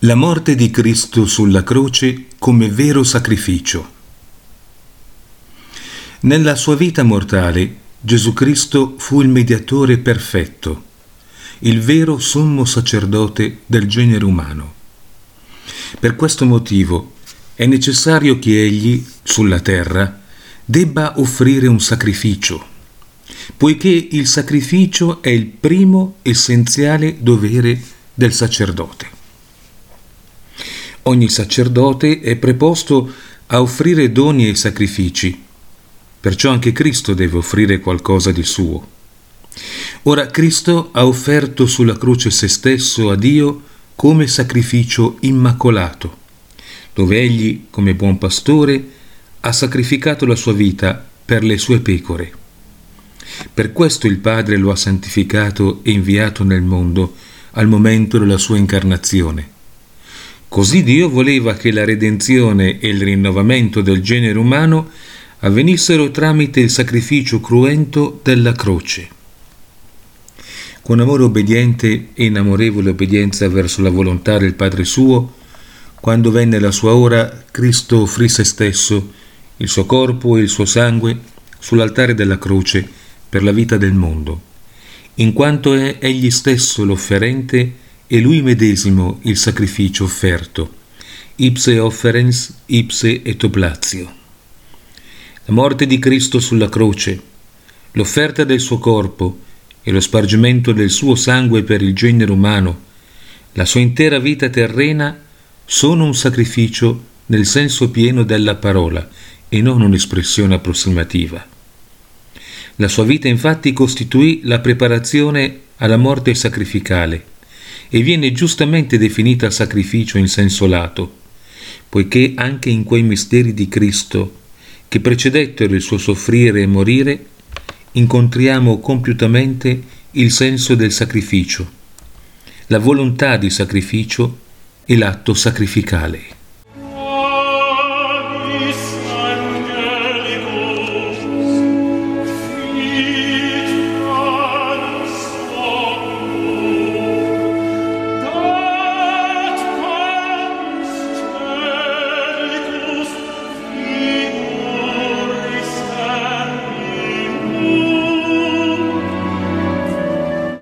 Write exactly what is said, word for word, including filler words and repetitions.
La morte di Cristo sulla croce come vero sacrificio. Nella sua vita mortale, Gesù Cristo fu il mediatore perfetto, il vero sommo sacerdote del genere umano. Per questo motivo è necessario che egli, sulla terra, debba offrire un sacrificio, poiché il sacrificio è il primo essenziale dovere del sacerdote. Ogni sacerdote è preposto a offrire doni e sacrifici, perciò anche Cristo deve offrire qualcosa di suo. Ora Cristo ha offerto sulla croce se stesso a Dio come sacrificio immacolato, dove egli, come buon pastore, ha sacrificato la sua vita per le sue pecore. Per questo il Padre lo ha santificato e inviato nel mondo al momento della sua incarnazione. Così Dio voleva che la redenzione e il rinnovamento del genere umano avvenissero tramite il sacrificio cruento della croce. Con amore obbediente e in amorevole obbedienza verso la volontà del Padre suo, quando venne la sua ora, Cristo offrì se stesso, il suo corpo e il suo sangue, sull'altare della croce per la vita del mondo, in quanto è egli stesso l'offerente e lui medesimo il sacrificio offerto, ipse offerens, ipse et oblatio. La morte di Cristo sulla croce, l'offerta del suo corpo e lo spargimento del suo sangue per il genere umano, la sua intera vita terrena sono un sacrificio nel senso pieno della parola e non un'espressione approssimativa. La sua vita infatti costituì la preparazione alla morte sacrificale e viene giustamente definita sacrificio in senso lato, poiché anche in quei misteri di Cristo che precedettero il suo soffrire e morire incontriamo compiutamente il senso del sacrificio, la volontà di sacrificio e l'atto sacrificale.